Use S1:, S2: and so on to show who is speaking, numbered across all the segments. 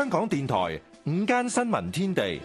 S1: 香港電台午間新聞天地，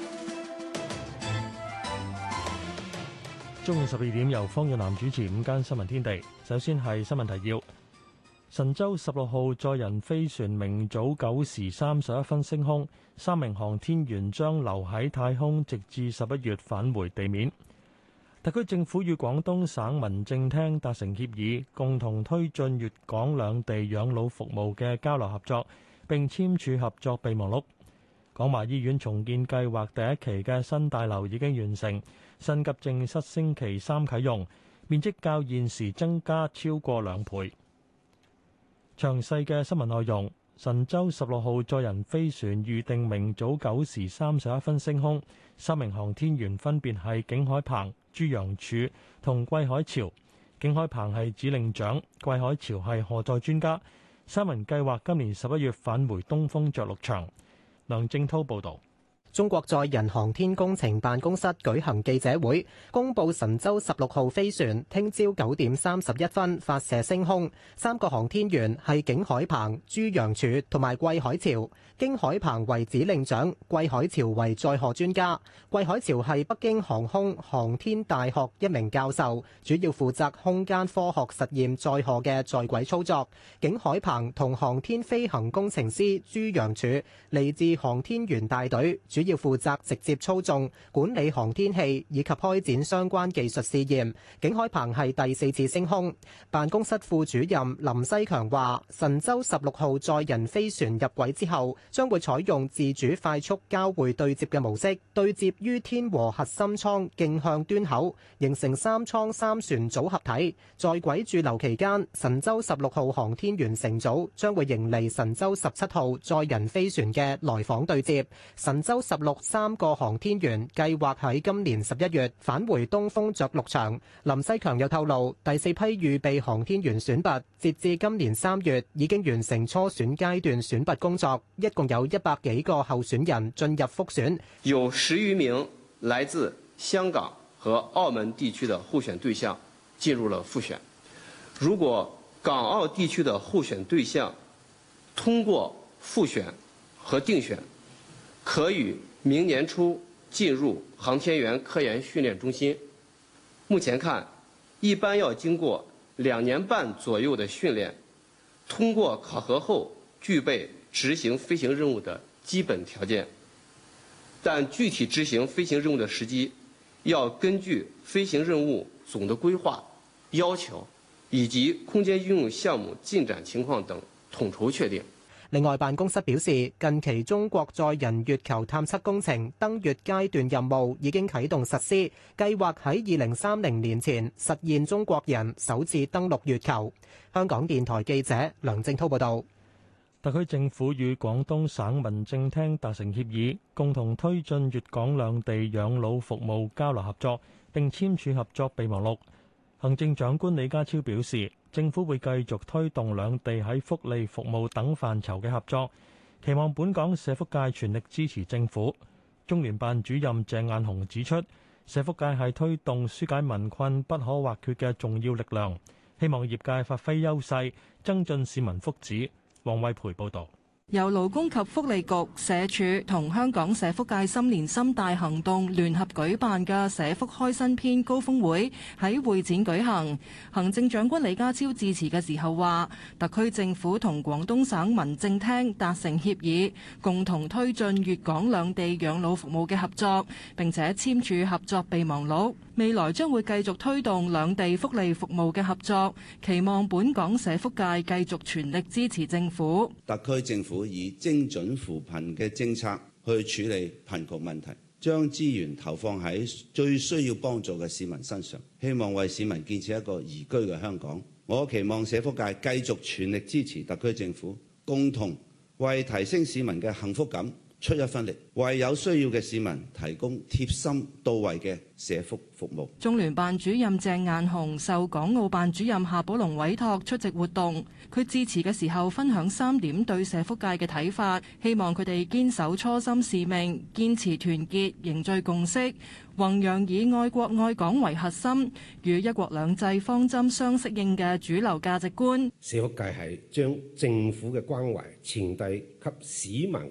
S2: 中午12點由方遠南主持午間新聞天地。首先係新聞提要：神舟16號載人飛船明早9時31分升空，3名航天員將留喺太空，直至11月返回地面。特區政府與廣東省民政廳達成協議，共同推進粵港兩地養老服務嘅交流合作，並簽署合作備忘錄。廣華醫院重建計劃第一期嘅新大樓已經完成，新急症室星期三啟用，面積較現時增加超過2倍。詳細嘅新聞內容：神舟16號載人飛船預定明早9時31分升空，3名航天員分別係景海鵬、朱楊柱同桂海潮。景海鵬係指令長，桂海潮係荷載專家。三人計劃今年11月返回東風着陸場。梁正滔報導。
S3: 中國載人航天工程辦公室舉行記者會，公佈神舟16號飛船聽朝9點31分發射升空，三個航天員係景海鵬、朱楊柱同埋桂海潮。景海鵬為指令長，桂海潮為載荷專家。桂海潮係北京航空航天大學一名教授，主要負責空間科學實驗載荷嘅在軌操作。景海鵬同航天飛行工程師朱楊柱嚟自航天員大隊，主要負責直接操縱、管理航天器以及開展相關技術試驗。景海鵬係第4次升空。辦公室副主任林西強話：神舟16號載人飛船入軌之後，將會採用自主快速交會對接嘅模式，對接於天和核心艙徑向端口，形成3艙3船組合體。在軌駐留期間，神舟16號航天員乘組將會迎嚟神舟17號載人飛船嘅來訪對接。神舟16 3個航天員計劃喺今年11月返回東風着陸場。林西強又透露，第4批預備航天員選拔，截至今年3月已經完成初選階段選拔工作，一共有100幾個候選人進入複選，
S4: 有10餘名來自香港和澳門地區的候選對象進入了複選。如果港澳地區的候選對象通過複選和定選，可於明年初進入航天員科研訓練中心。目前看，一般要經過2年半左右的訓練，通過考核後具備執行飛行任務的基本條件。但具體執行飛行任務的時機，要根據飛行任務總的規劃要求以及空間應用項目進展情況等統籌確定。
S3: 另外，辦公室表示，近期中國載人月球探測工程登月階段任務已經啟動實施，計劃喺2030年前實現中國人首次登陸月球。香港電台記者梁正滔報導。
S2: 特區政府與廣東省民政廳達成協議，共同推進粵港兩地養老服務交流合作，並簽署合作備忘錄。行政長官李家超表示，政府會繼續推動兩地喺福利服務等範疇嘅合作，期望本港社福界全力支持政府。中聯辦主任鄭雁雄指出，社福界係推動紓解民困不可或缺嘅重要力量，希望業界發揮優勢，增進市民福祉。黃惠培報導。
S5: 由勞工及福利局、社署同香港社福界心連心大行動聯合舉辦嘅社福開新篇高峰會喺會展舉行。行政長官李家超致辭嘅時候話，特區政府同廣東省民政廳達成協議，共同推進粵港兩地養老服務嘅合作，並且簽署合作備忘錄。未來將會繼續推動兩地福利服務嘅合作，期望本港社福界繼續全力支持政府。
S6: 特區政府以精準扶貧嘅政策去處理貧窮問題，將資源投放喺最需要幫助嘅市民身上，希望為市民建設一個宜居嘅香港。我期望社福界繼續全力支持特區政府，共同為提升市民嘅幸福感出一分力，為有需要嘅市民提供貼心到位嘅社福服務。
S5: 中聯辦主任鄭雁雄受港澳辦主任夏寶龍委託出席活動，佢致辭嘅時候分享3點對社福界嘅睇法，希望佢哋堅守初心使命，堅持團結，凝聚共識，弘揚以愛國愛港為核心，與一國兩制方針相適應嘅主流價值觀。
S7: 社福界係將政府嘅關懷傳遞給市民嘅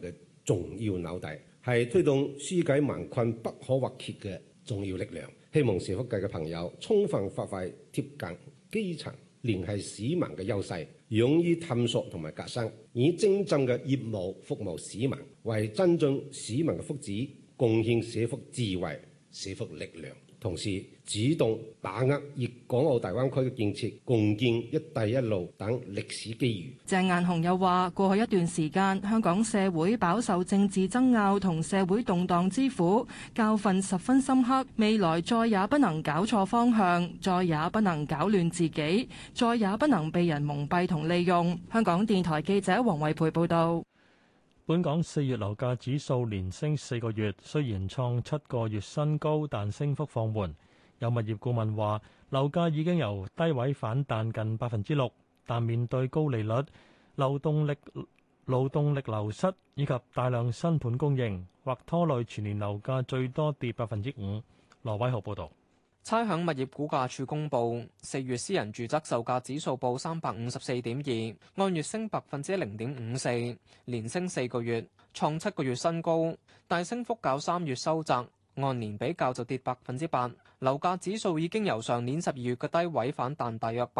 S7: 重要紐帶，係推動紓解民困不可或缺嘅重要力量。希望社福界嘅朋友充分發揮貼近基層、聯繫市民嘅優勢，勇於探索同埋革新，以精進嘅業務服務市民，為增進市民嘅福祉貢獻社福智慧、社福力量。同時主動把握粵港澳大灣區嘅建設，共建一帶一路等歷史機遇。
S5: 鄭雁雄又話：過去一段時間，香港社會飽受政治爭拗同社會動盪之苦，教訓十分深刻。未來再也不能搞錯方向，再也不能搞亂自己，再也不能被人蒙蔽同利用。香港電台記者黃惠培報導。
S2: 本港4月樓價指數連升4個月，雖然創7個月新高，但升幅放緩。有物業顧問話，樓價已經由低位反彈近6%，但面對高利率、勞動力流失以及大量新盤供應，或拖累全年樓價最多跌5%。羅偉豪報導。
S8: 差餉物業估價署公佈，4月私人住宅售價指數報354.2，按月升0.54%，連升4個月，創7個月新高。但升幅較3月收窄，按年比較就跌8%。樓價指數已經由上年12月嘅低位反彈大約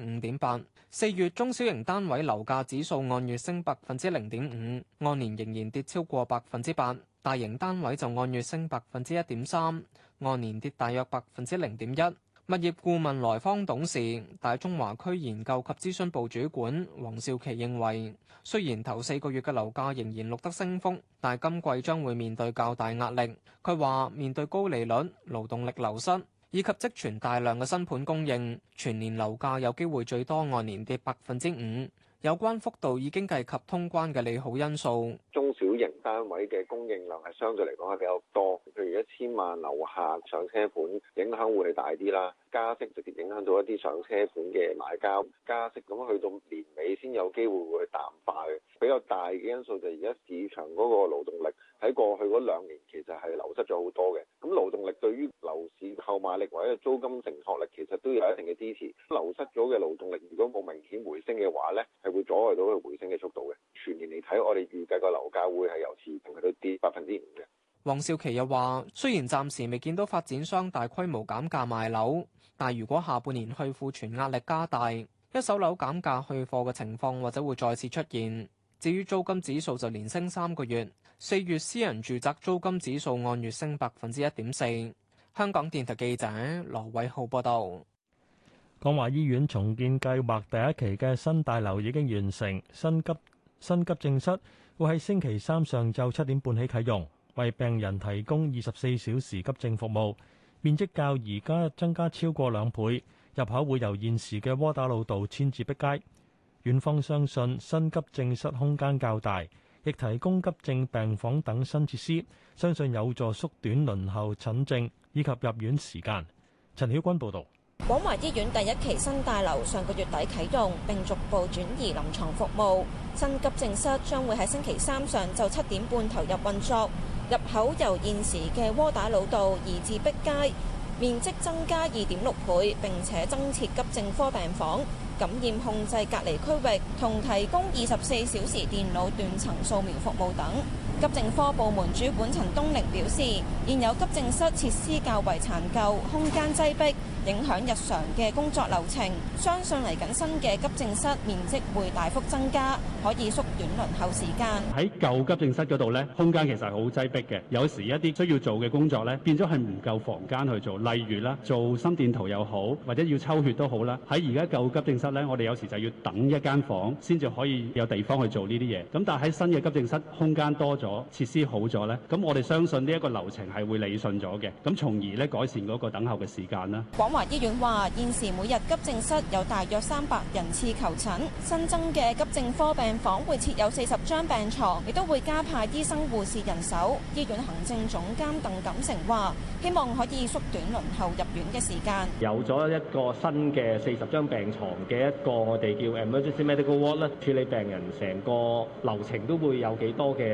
S8: 5.8%。4月中小型單位樓價指數按月升0.5%，按年仍然跌超過8%。大型單位就按月升1.3%，按年跌大約0.1%。物業顧問萊坊董事、大中華區研究及諮詢部主管黃少琪認為，雖然頭4個月嘅樓價仍然錄得升幅，但今季將會面對較大壓力。佢話面對高利率、勞動力流失以及積存大量嘅新盤供應，全年樓價有機會最多按年跌5%。有關幅度已經計及通關嘅利好因素。
S9: 中小型單位嘅供應量係相對嚟講係比較多，譬如1000萬樓下上車盤影響會係大啲啦。加息直接影響到一啲上車盤嘅買家，加息咁去到年尾先有機會會淡化嘅。比較大嘅因素就係而家市場嗰個勞動力喺過去嗰2年其實係流失咗好多嘅。咁勞動力對於樓市購買力或者租金承托力其實都有一定嘅支持。流失咗嘅勞動力如果冇明顯回升嘅話呢，係會阻礙到佢回升嘅速度嘅。全年嚟睇，我哋預計個樓價會係由持平去到跌5%嘅。
S8: 黃少琪又話：雖然暫時未見到發展商大規模減價賣樓，但如果下半年去庫存壓力加大，一手樓減價去貨嘅情況或者會再次出現。至於租金指數就連升3個月，4月私人住宅租金指數按月升1.4%。香港電台記者羅偉浩報道。
S2: 廣華醫院重建計劃第一期嘅新大樓已經完成，新急症室會喺星期三上晝7點半起啟用，為病人提供24小時急症服務，面積較而家增加超過2倍，入口會由現時嘅窩打老道遷至碧街。院方相信新急症室空間較大，亦提供急症病房等新設施，相信有助縮短輪候診症以及入院時間。陳曉君報導。
S10: 廣華醫院第一期新大樓上個月底啟用，並逐步轉移臨床服務。新急症室將會喺星期三上晝7點半投入運作，入口由現時嘅窩打老道移至碧街，面積增加2.6倍，並且增設急症科病房、感染控制隔離區域同提供24小時電腦斷層掃描服務等。急症科部門主管陳東寧表示，現有急症室設施較為殘舊，空間擠迫，影響日常嘅工作流程。相信嚟緊新嘅急症室面積會大幅增加，可以縮短輪候時間。
S11: 喺舊急症室嗰度呢，空間其實係好擠迫嘅，有時一啲需要做嘅工作呢，變咗係唔夠房間去做。例如啦，做心電圖又好，或者要抽血都好啦。喺而家舊急症室呢，我哋有時就要等一間房先至可以有地方去做呢啲嘢。咁但係喺新嘅急症室，空間多咗，設施好咗呢，咁我哋相信呢一個流程係會理順咗嘅，咁從而呢改善嗰個等候嘅時間啦。
S10: 廣華醫院話，現時每日急症室有大約300人次求診，新增嘅急症科病房會設有40張病床，亦都會加派醫生護士人手。醫院行政總監鄧錦成話，希望可以縮短輪候入院嘅時間。
S12: 有咗一個新嘅40張病床嘅一個我哋叫 emergency medical ward 咧，處理病人成個流程都會有幾多嘅轉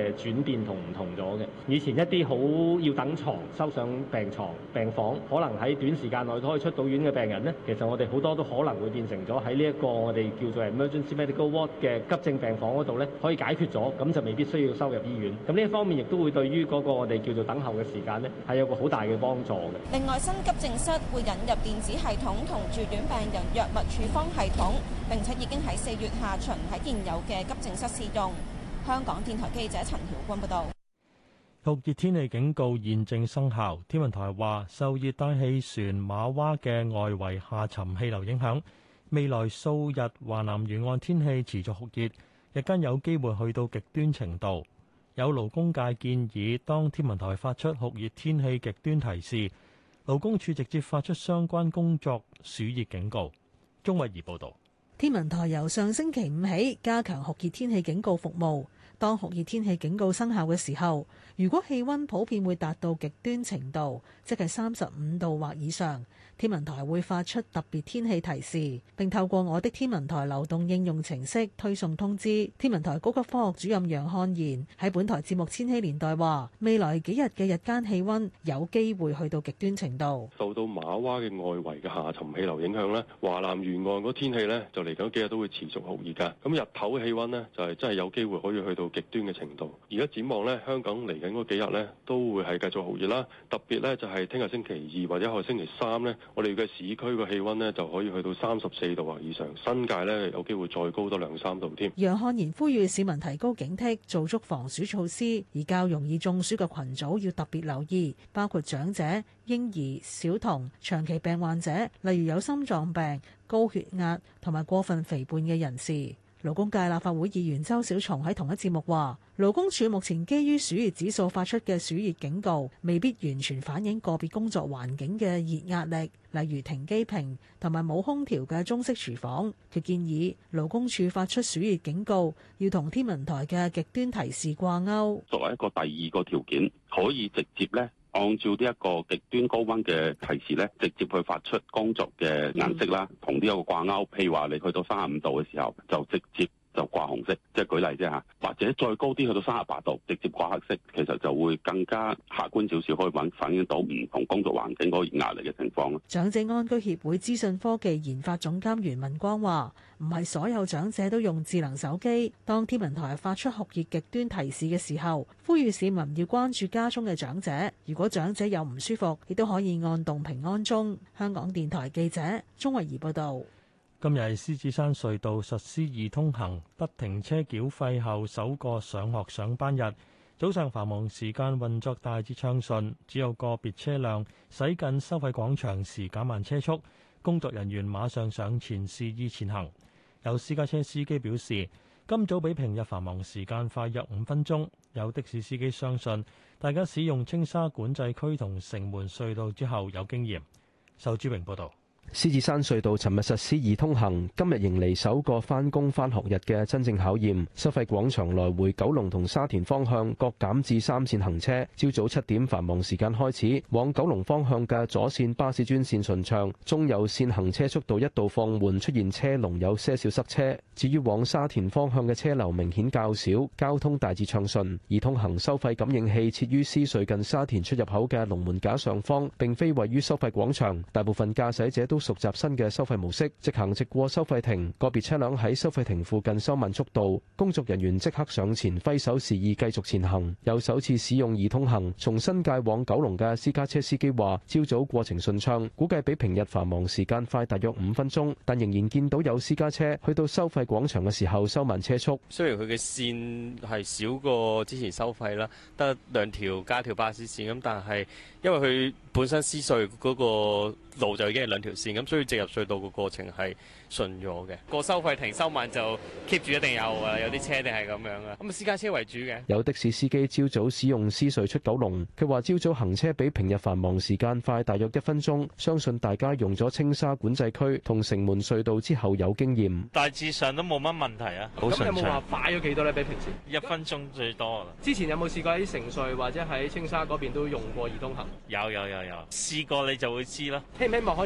S12: 變同唔同咗嘅。以前一啲好要等床收上病床病房，可能喺短時間內都可以出到院嘅病人呢，其實我哋好多都可能會變成咗喺呢一個我哋叫做 emergency medical ward 嘅急症病房嗰度呢，可以解決咗，咁就未必需要收入醫院。咁呢一方面亦都會對於嗰個我哋叫做等候嘅時間呢，係有個好大嘅幫助嘅。
S10: 另外，新急症室會引入電子系統同住院病人藥物處方系統，並且已經喺4月下旬喺現有嘅急症室試用。香港電台記者陳曉君報導。
S2: 酷熱天氣警告現正生效。天文台話，受熱帶氣旋馬娃嘅外圍下沉氣流影響，未來數日華南沿岸天氣持續酷熱，日間有機會去到極端程度。有勞工界建議，當天文台發出酷熱天氣極端提示，勞工處直接發出相關工作暑熱警告。鍾慧儀報導。
S13: 天文台由上星期五起加強酷熱天氣警告服務。當酷熱天氣警告生效嘅時候，如果氣溫普遍會達到極端程度，即係35度或以上，天文台會發出特別天氣提示，並透過我的天文台流動應用程式推送通知。天文台高級科學主任楊漢賢喺本台節目《千禧年代》話，未來幾日嘅日間氣溫有機會去到極端程度。
S14: 受到馬娃嘅外圍嘅下沉氣流影響呢，華南沿岸嗰天氣呢，就嚟緊幾日都會持續酷熱㗎。咁日頭氣溫呢，就係真係有機會可以去到極端嘅程度。而家展望呢，香港嚟緊嗰幾日呢，都會係繼續酷熱啦。特別呢，就係聽日星期2或者下星期3呢，我哋嘅市區嘅氣溫呢，就可以去到34度或以上，新界呢，有機會再高多2-3度添。
S13: 楊漢賢呼籲市民提高警惕，做足防暑措施，而較容易中暑嘅群組要特別留意，包括長者、嬰兒、小童、長期病患者，例如有心臟病、高血壓同埋過分肥胖嘅人士。勞工界立法會議員周小松喺同一節目話，勞工處目前基於暑熱指數發出嘅暑熱警告，未必完全反映個別工作環境嘅熱壓力，例如停機坪同埋冇空調嘅中式廚房。佢建議勞工處發出暑熱警告，要同天文台嘅極端提示掛鈎。
S15: 作為一個第二個條件，可以直接咧，按照呢一個極端高溫嘅提示咧，直接去發出工作嘅顏色啦，同呢一個掛鈎。譬如話你去到35度嘅時候，就直接就掛紅色，即係舉例啫嚇。或者再高啲去到38度，直接掛黑色，其實就會更加客觀少少，可以反映到唔同工作環境嗰個壓力嘅情況咯。
S13: 長者安居協會資訊科技研發總監袁文光話，唔係所有長者都用智能手機。當天文台發出酷熱極端提示嘅時候，呼籲市民要關注家中嘅長者。如果長者有唔舒服，亦都可以按動平安鐘。香港電台記者鍾慧儀報道。
S2: 今日係獅子山隧道實施易通行不停車繳費後首個上學上班日，早上繁忙時間運作大致暢順，只有個別車輛駛近收費廣場時減慢車速，工作人員馬上上前示意前行。有私家車司機表示，今早比平日繁忙時間快約5分鐘。有的士司機相信，大家使用青沙管制區同城門隧道之後有經驗。仇志榮報導。
S16: 獅子山隧道尋日實施易通行，今日迎嚟首個返工返學日嘅真正考驗。收費廣場來回九龍同沙田方向各減至3線行車。朝早7點繁忙時間開始，往九龍方向嘅左線巴士專線順暢，中右線行車速度一度放緩，出現車龍，有些少塞車。至於往沙田方向嘅車流明顯較少，交通大致暢順。易通行收費感應器設於獅隧近沙田出入口嘅龍門架上方，並非位於收費廣場。大部分駕駛者都熟習新嘅收費模式，直行直過收費亭。個別車輛喺收費亭附近收慢速度，工作人員即刻上前揮手示意繼續前行。有首次使用易通行從新界往九龍嘅私家車司機話，朝早過程順暢，估計比平日繁忙時間快大約5分鐘，但仍然見到有私家車去到收費廣場嘅時候收慢車速。
S17: 雖然佢嘅線係少過之前收費啦，得2條加條巴士線咁，但係因為佢本身獅隧嗰個路就已經係2條線，咁所以直入隧道個過程係順咗嘅。個收費亭收慢就 keep 住一定有啊，有啲車定係咁樣啊。咁私家車為主嘅。
S16: 有的士司機朝早使用獅隧出九龍，佢話朝早行車比平日繁忙時間快大約1分鐘，相信大家用咗青沙管制區同城門隧道之後有經驗。
S18: 大致上都冇乜問題啊，好順暢。
S19: 咁有冇話快咗幾多咧？比平時
S18: 1分鐘最多啦。
S19: 之前有冇試過喺城隧或者喺青沙嗰邊都用過易通行？
S18: 有，試過你就會知啦。
S19: 希唔希望可以快啲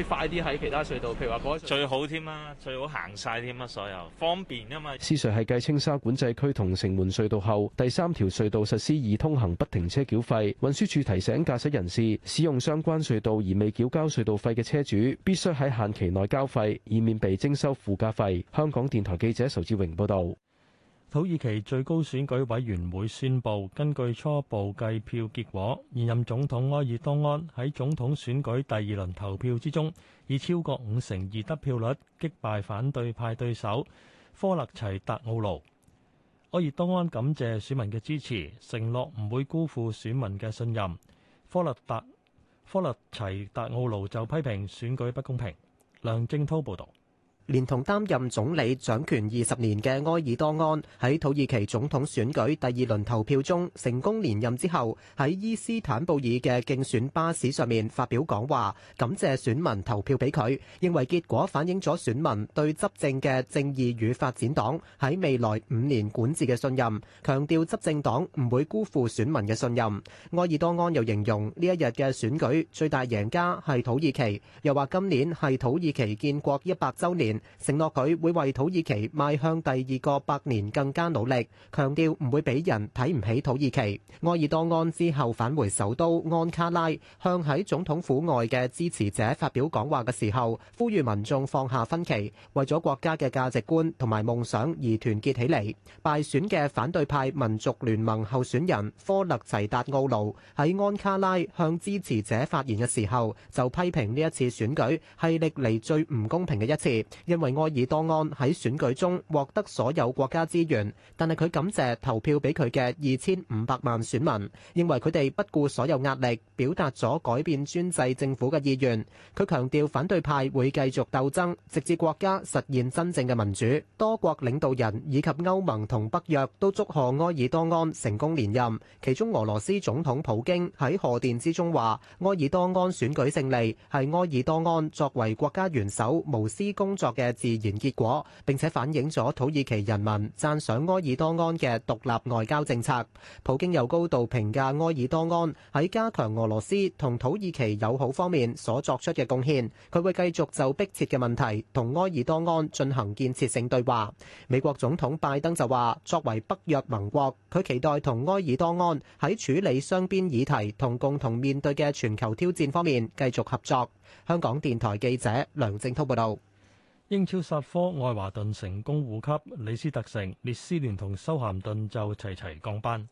S19: 喺其他隧道，譬如話嗰
S18: 最好添啦，最好行晒添啦，所有方便啊嘛。
S16: 獅隧係繼青沙管制區同城門隧道後，第三條隧道實施易通行不停車繳費。運輸署提醒駕駛人士，使用相關隧道而未繳交隧道費嘅車主，必須喺限期內交費，以免被徵收附加費。香港電台記者仇志榮報導。
S2: 土耳其最高選舉委員會宣布，根據初步計票結果，現任總統埃爾多安喺總統選舉第二輪投票之中，以超過52%得票率擊敗反對派對手科勒齊達奧盧。埃爾多安感謝選民嘅支持，承諾唔會辜負選民嘅信任。科勒齊達奧盧就批評選舉不公平。梁正滔報導。
S3: 連同擔任總理掌權20年嘅埃爾多安喺土耳其總統選舉第二輪投票中成功連任之後，喺伊斯坦布爾嘅競選巴士上面發表講話，感謝選民投票俾佢，認為結果反映咗選民對執政嘅正義與發展黨喺未來5年管治嘅信任，強調執政黨唔會辜負選民嘅信任。埃爾多安又形容呢一日嘅選舉最大贏家係土耳其，又話今年係土耳其建國100週年。承諾佢會為土耳其邁向第二個百年更加努力，強調唔會俾人睇唔起土耳其。埃爾多安之後返回首都安卡拉，向喺總統府外嘅支持者發表講話嘅時候，呼籲民眾放下分歧，為咗國家嘅價值觀同埋夢想而團結起嚟。敗選嘅反對派民族聯盟候選人科勒齊達奧盧喺安卡拉向支持者發言嘅時候，就批評呢一次選舉係歷嚟最唔公平嘅一次，因為埃爾多安喺選舉中獲得所有國家資源，但係佢感謝投票俾佢嘅2500萬選民，認為佢哋不顧所有壓力，表達咗改變專制政府嘅意願。佢強調反對派會繼續鬥爭，直至國家實現真正嘅民主。多國領導人以及歐盟同北約都祝賀埃爾多安成功連任，其中俄羅斯總統普京喺賀電之中話，埃爾多安選舉勝利係埃爾多安作為國家元首無私工作嘅自然結果，並且反映咗土耳其人民讚賞埃爾多安嘅獨立外交政策。普京又高度評價埃爾多安喺加強俄羅斯同土耳其友好方面所作出嘅貢獻，佢會繼續就迫切嘅問題同埃爾多安進行建設性對話。美國總統拜登就話，作為北約盟國，佢期待同埃爾多安喺處理雙邊議題同共同面對嘅全球挑戰方面繼續合作。香港電台記者梁正滔報導。
S2: 英超煞科，愛華頓成功護級，李斯特城、列斯聯同修咸頓就齊齊降班。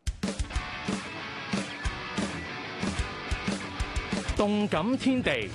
S1: 動感天地，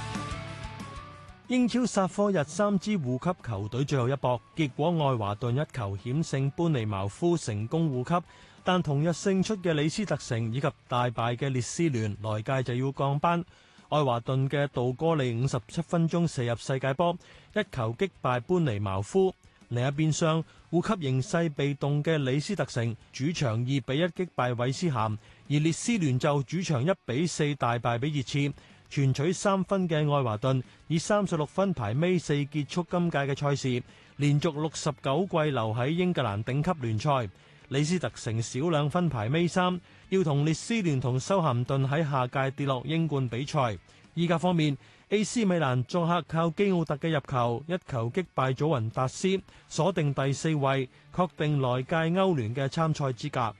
S2: 英超煞科日3支護級球隊最後一搏，結果愛華頓一球險勝般尼茅夫，成功護級，但同日勝出嘅李斯特城以及大敗嘅列斯聯來屆就要降班。愛華頓嘅杜哥利57分鐘射入世界波，一球擊敗般尼茅夫。另一邊廂，護級形勢被動嘅李斯特城主場2-1擊敗韋斯咸，而列斯聯就主場1-4大敗俾熱刺。全取3分嘅愛華頓以36分排尾4結束今屆嘅賽事，連續69季留喺英格蘭頂級聯賽。李斯特城少2分排尾3，要同列斯聯同修咸頓喺下屆跌落英冠比賽。意甲方面， AC 米蘭作客靠基奧特嘅入球，一球擊敗祖雲達斯，鎖定第4位，確定來屆歐聯嘅參賽資格。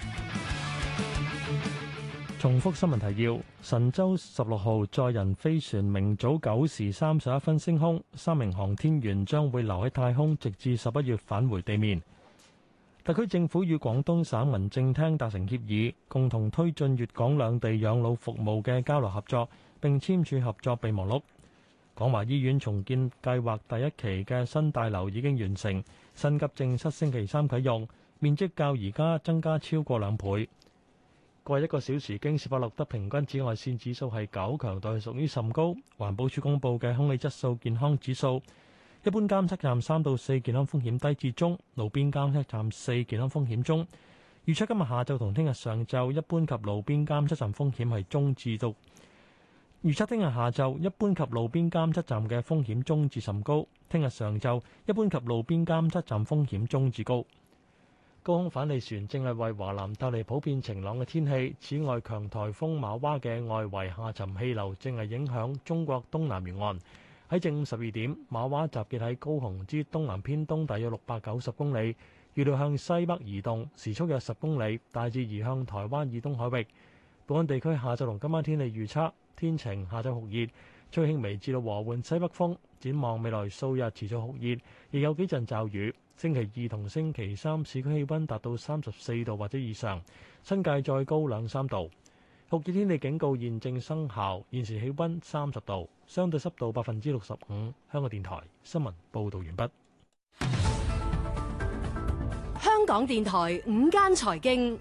S2: 重複新聞提要：神舟16號載人飛船明早9時31分升空，3名航天員將會留喺太空，直至11月返回地面。特區政府與廣東省民政廳達成協議，共同推進粵港兩地養老服務嘅交流合作，並簽署合作備忘錄。廣華醫院重建計劃第一期嘅新大樓已經完成，新急症室星期3啟用，面積較而家增加超過2倍。過去1個小時京士柏錄得平均紫外線指數係9，強度屬於甚高。環保署公佈嘅空氣質素健康指數，一般監測站3到4健康風險低至中，路邊監測站4健康風險中。預測今日下晝同聽日上晝一般及路邊監測站風險係中至高。預測聽日下晝一般及路邊監測站嘅風險中至甚高，聽日上晝一般及路邊監測站風險中至高。 高空反氣旋正係為華南帶嚟普遍晴朗嘅天氣。此外，強颱風瑪娃嘅外圍下沉氣流正係影響中國東南沿岸。喺正午12點，瑪娃集結喺高雄之東南偏東大約690公里，預料向西北移動，時速約10公里，大致移向台灣以東海域。本港地區下晝同今晚天氣預測：天晴，下晝酷熱，吹輕微至到和緩西北風。展望未來數日持續酷熱，亦有幾陣驟雨。星期二同星期三市區氣溫達到34度或者以上，新界再高2-3度。酷熱天氣警告現正生效，現時氣溫30度，相對濕度65%。香港電台新聞報導完畢。
S20: 香港電台午間財經。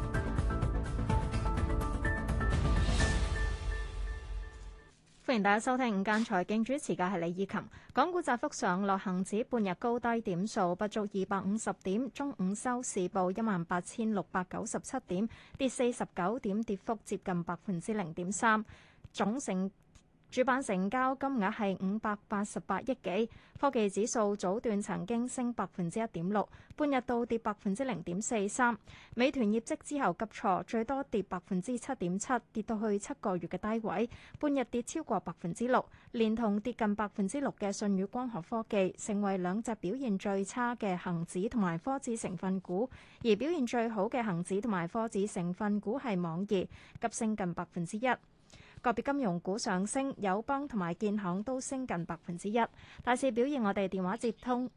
S21: 歡迎大家收聽午間財經，主持嘅係李以琴。港股窄幅上落，恒指半日高低點數不足250點，中午收市報18,697點，跌49點，跌幅接近0.3%。主板成交金額係588億幾，科技指數早段曾經升1.6%，半日倒跌0.43%。美團業績之後急挫，最多跌7.7%，跌到去7個月嘅低位，半日跌超過6%，連同跌近6%嘅舜宇光學科技，成為兩隻表現最差嘅恒指同埋科指成分股，而表現最好嘅恒指同埋科指成分股係網易，急升近1%。個別金融股上升，友邦同埋建行都升近1%。大市表現，我哋電話接通。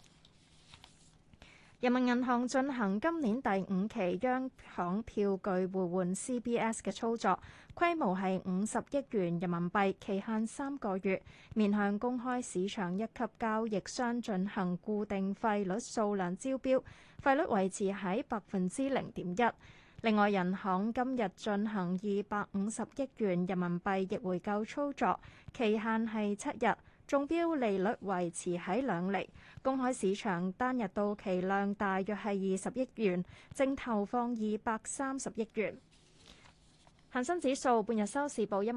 S21: 人民銀行進行今年第5期央行票據互換 CBS 嘅操作，規模係50億元人民幣，期限3個月，面向公開市場一級交易商進行固定費率數量招標，費率維持喺0.1%。另外，人行今日進行250億元人民幣逆回購操作，期限係7日，中標利率維持喺2厘。公開市場單日到期量大約係20億元，正投放230億元。恒生指數半日收市報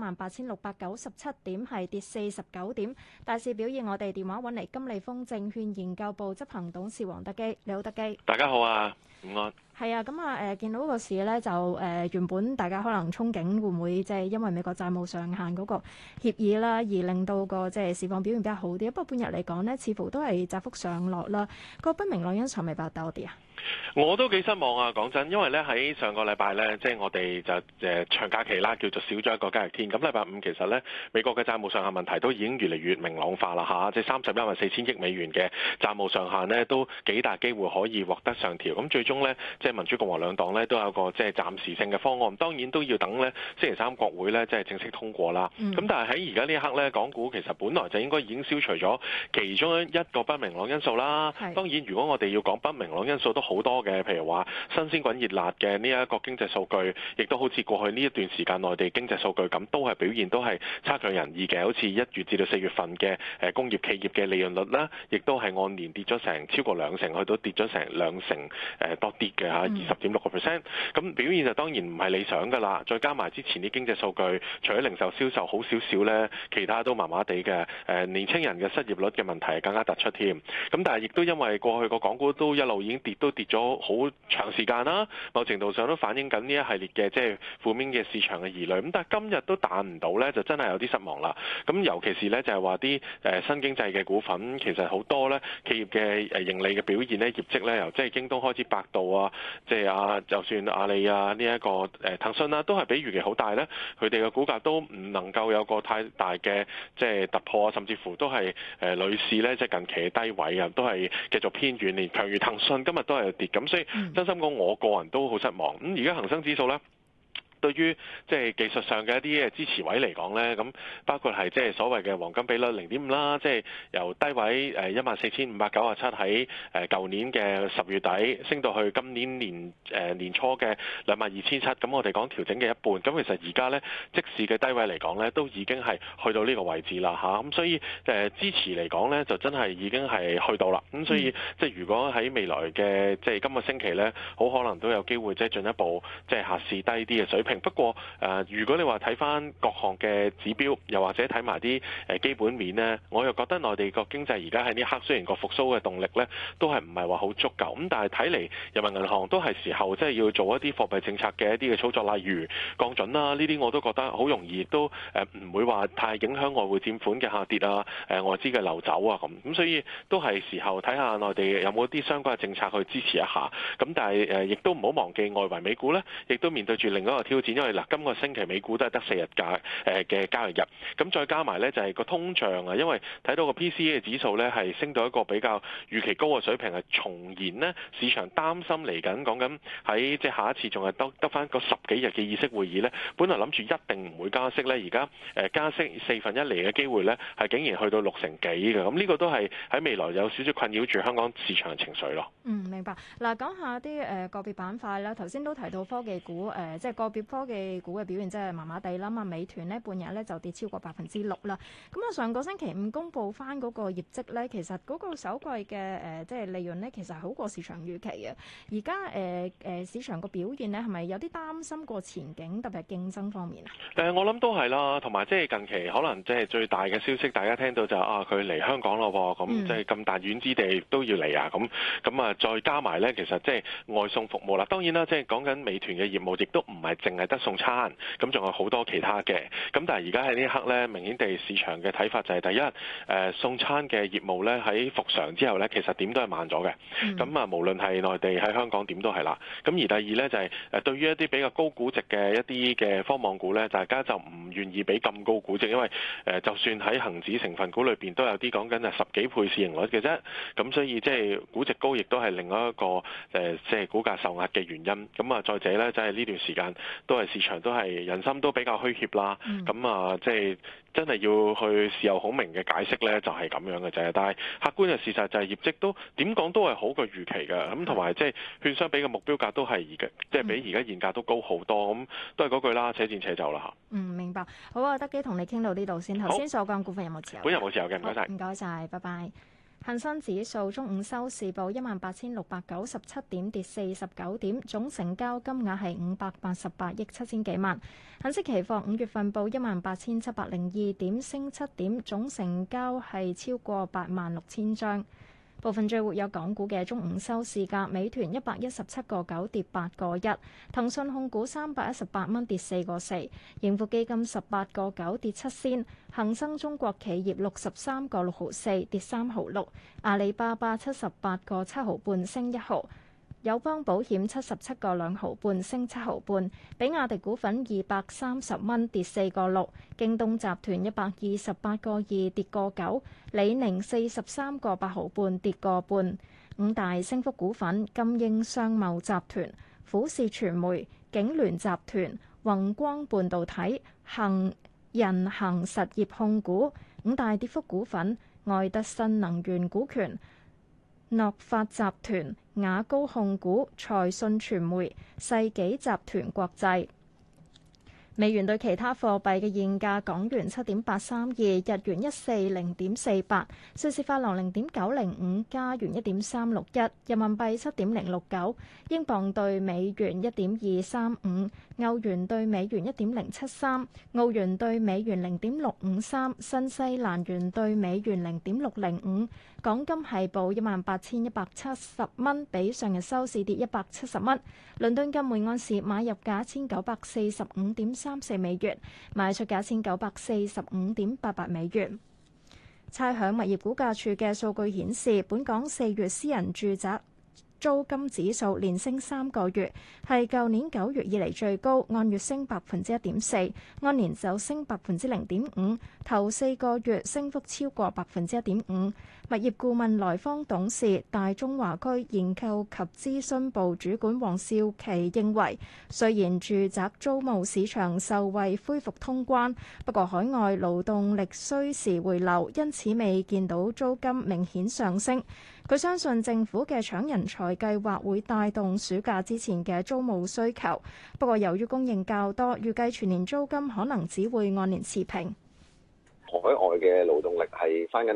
S21: 18,697點，係跌49點。大市表現，我哋電話揾嚟金利豐證券研究部執行董事黃德基。你好，德基。
S22: 大家好啊，午安。
S21: 係啊，咁啊見到個市咧就原本大家可能憧憬會唔會即係因為美國債務上限嗰個協議啦，而令到個即係市況表現比較好啲。不過半日嚟講呢，似乎都係窄幅上落啦。個不明朗因素係咪比較多啲啊？
S22: 我都幾失望啊！講真，因為咧喺上個禮拜咧，即係我哋就長假期啦，叫做少咗一個交易天。咁禮拜五其實咧，美國嘅債務上限問題都已經越嚟越明朗化啦嚇，即係31.4億美元嘅債務上限呢，都幾大機會可以獲得上調。咁最終咧，即係民主共和兩黨咧都有個即係暫時性嘅方案，當然都要等咧星期三國會咧即係正式通過啦。咁但係喺而家呢一刻咧，港股其實本來就應該已經消除咗其中一個不明朗因素啦。當然，如果我哋要講不明朗因素都好多嘅，譬如話新鮮滾熱辣嘅呢一個經濟數據，亦都好似過去呢一段時間內地經濟數據咁，都係表現都係差強人意嘅。好似1月至到4月份嘅工業企業嘅利潤率啦，亦都係按年跌咗成超過2成，去到跌咗成2成多啲嘅嚇，20.6%。咁表現就當然唔係理想㗎啦。再加埋之前啲經濟數據，除咗零售銷售好少少呢，其他都麻麻地嘅。年青人嘅失業率嘅問題更加突出添。咁但係亦都因為過去個港股都一路已經跌咗好長時間啦，某程度上都反映緊呢一系列嘅即係負面嘅市場嘅疑慮。咁但係今日都彈唔到呢，就真係有啲失望啦。咁尤其是呢，就係話啲新經濟嘅股份，其實好多呢企業嘅盈利嘅表現呢，業績呢，由即係京東開始百度啊，即係就算阿里啊呢一個騰訊啦，都係比預期好大呢。佢哋嘅股價都唔能夠有個太大嘅即係突破，甚至乎都係類似呢，即係近期嘅低位啊，都係繼續偏遠，連強如騰訊今日都係跌。咁所以真心講，我個人都好失望。咁而家恒生指數呢，對於即係技術上嘅一啲支持位嚟講呢，咁包括係即係所謂嘅黃金比率0.5啦，即係由低位14,597喺舊年嘅10月底升到去今年年初嘅22,700，咁我哋講調整嘅一半。咁其實而家呢，即時嘅低位嚟講呢，都已經係去到呢個位置啦嚇。咁所以支持嚟講呢，就真係已經係去到啦。咁所以即係如果喺未來嘅即係今個星期呢，好可能都有機會即係進一步即係下試低啲嘅水平。 平。不過如果你話睇翻各項嘅指標，又或者睇埋啲基本面呢，我又覺得內地個經濟而家喺呢一刻雖然個復甦嘅動力呢都係唔係話好足夠，咁但係睇嚟人民銀行都係時候即係要做一啲貨幣政策嘅一啲嘅操作，例如降準啦，呢啲我都覺得好容易，亦都唔會話太影響外匯佔款嘅下跌啊，外資嘅流走啊咁，所以都係時候睇下內地有冇啲相關嘅政策去支持一下。咁但係亦都唔好忘記外圍美股呢，亦都面對住另一個挑戰，因為今個星期美股都係得4日嘅交易日，咁再加埋呢，就係個通脹啊，因為睇到個 PCE 嘅指數呢係升到一個比較預期高嘅水平，係重現呢市場擔心嚟緊講緊喺即係下一次仲係得翻個10幾日嘅議息會議呢，本來諗住一定唔會加息呢，而家加息1/4嚟嘅機會呢係竟然去到60幾嘅，咁呢個都係喺未來有少少困擾住香港市場嘅情緒咯。
S21: 明白。嗱，講下啲個別板塊啦。頭先都提到科技股，即係個別科技股嘅表現真係麻麻地啦。美團呢半日呢就跌超過6%啦。咁啊，上個星期五公佈翻嗰個業績呢，其實嗰個首季嘅即係利潤呢，其實係好過市場預期嘅。而家市場個表現呢，係咪有啲擔心個前景，特別係競爭方面啊？
S22: 我諗都係啦，同埋即係近期可能即係最大嘅消息，大家聽到就佢嚟香港咯喎，咁即係咁彈丸之地都要嚟啊，咁啊再加埋呢，其實即係外送服務啦。當然啦，即係講緊美團嘅業務，亦都唔係淨係得送餐，咁仲有好多其他嘅。咁但係而家喺呢一刻呢，明顯地市場嘅睇法就係第一，送餐嘅業務呢，喺復常之後呢，其實點都係慢咗嘅。咁無論係內地喺香港點都係啦。咁而第二呢，就係對於一啲比較高估值嘅一啲嘅科網股呢，大家就唔願意俾咁高估值，因為就算喺恒指成分股裏邊都有啲講緊係10幾倍市盈率嘅啫。咁所以即係估值高，亦都係另外一個即係股價受壓嘅原因。咁啊，再者呢，即係呢段時間都係市場都係人心都比較虛怯啦。咁啊，即係真係要去事後孔明嘅解釋呢，就係咁樣嘅啫。但係客觀嘅事實就係業績都點講都係好過預期嘅。咁同埋即係券商俾嘅目標價都係而家即係比而家現價都高好多。咁都係嗰句啦，且戰且走啦嚇。
S21: 明白。好啊，德基同你傾到呢度先。頭先所講股份有冇持有？
S22: 本人冇持有嘅，唔該晒。
S21: 唔該晒，拜拜。恒生指數中午收市報18,697點，跌49點，總成交金額係588億7千幾萬。恒指期貨5月份報18,702點，升7點，總成交係超過86,000張。部分最活躍港股嘅中午收市價：美團117.9跌8個1，騰訊控股318蚊跌4個4，盈富基金18.9跌7仙，恒生中國企業63.6毫4跌3毫6，阿里巴巴78.7毫半升1毫。友邦保險77.2毫半升7毫半，比亞迪股份230蚊跌4個6，京東集團128.2跌個9，李寧43.8毫半跌個半。五大升幅股份：金英商貿集團、虎視傳媒、景聯集團、宏光半導體、人行實業控股。五大跌幅股份：愛德新能源股權、諾發集團、雅高控股、財訊傳媒、世紀集團國際。美元對其他貨幣嘅現價：港元7.832，日元140.48，瑞士法郎0.905，加元1.361，人民幣7.069，英鎊對美元1.235，歐元對美元1.073，澳元對美元0.653，新西蘭元對美元0.605。港金係報18,170蚊，比上日收市跌170蚊。倫敦金每安士買入價1,945.34美元，賣出價1,945.88美元。差餉物業估價署嘅數據顯示，本港4月私人住宅租金指數連升3個月，係舊年9月以嚟最高，按月升1.4%，按年就升0.5%，頭4個月升幅超過1.5%。物業顧問來方董事、大中華區研究及諮詢部主管黃少琪認為，雖然住宅租務市場受惠恢復通關，不過海外勞動力需時回流，因此未見到租金明顯上升。佢相信政府嘅搶人才計劃會帶動暑假之前嘅租務需求，不過由於供應較多，預計全年租金可能只會按年持平。
S9: 海外嘅勞動力係翻緊嚟嘅。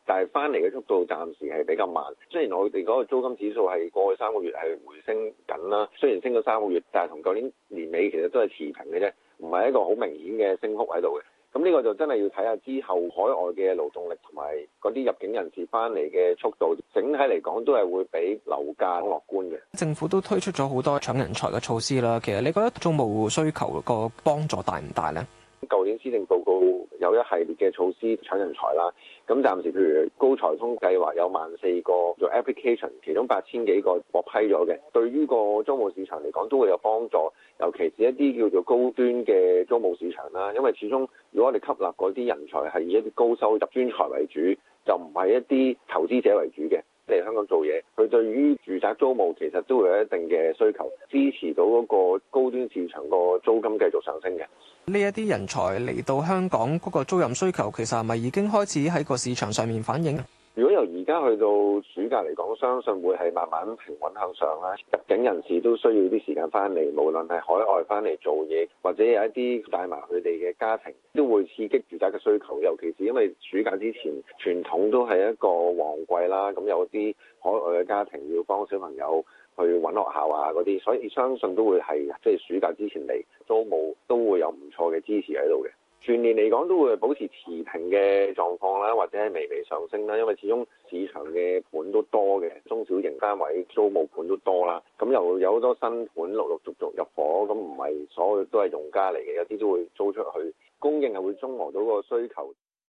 S9: 但係翻嚟嘅速度暫時係比較慢。雖然我哋嗰個租金指數係過去3個月係回升緊啦，雖然升咗3個月，但係同舊年年尾其實都係持平嘅啫，唔係一個好明顯嘅升幅喺度嘅。咁呢個就真係要睇下之後海外嘅勞動力同埋嗰啲入境人士翻嚟嘅速度，整體嚟講都係會比樓價樂觀嘅。
S8: 政府都推出咗好多搶人才嘅措施啦，其實你覺得租務需求個幫助大唔大呢？
S9: 舊年施政報告有一系列嘅措施搶人才啦，咁暫時譬如高才通計劃有14,000個做 application， 其中8,000幾個獲批咗嘅，對於個租務市場嚟講都會有幫助，尤其是一啲叫做高端嘅租務市場啦，因為始終如果我哋吸納嗰啲人才係以一啲高收入專才為主，就唔係一啲投資者為主嘅嚟香港做嘢，佢對於住宅租務其實都會有一定嘅需求，支持到嗰個高端市場個租金繼續上升嘅。
S8: 呢一啲人才嚟到香港嗰個租賃需求，其實係咪已經開始喺個市場上面反映？
S9: 如果由而家去到暑假嚟講，相信會係慢慢平穩向上啦。入境人士都需要啲時間翻嚟，無論係海外翻嚟做嘢，或者有一啲帶埋佢哋嘅家庭，都會刺激住宅嘅需求。尤其是因為暑假之前傳統都係一個旺季啦，咁有啲海外嘅家庭要幫小朋友去揾學校啊嗰啲，所以相信都會係即係暑假之前嚟租務都會有唔錯嘅支持喺度嘅。全年嚟講都會保持持平嘅狀況啦，或者係微微上升啦，因為始終市場嘅盤都多嘅，中小型單位租務盤都多啦，咁又有好多新盤陸陸續續入伙，咁唔係所有都係用家嚟嘅，有啲都會租出去，供應係會中和到個需求。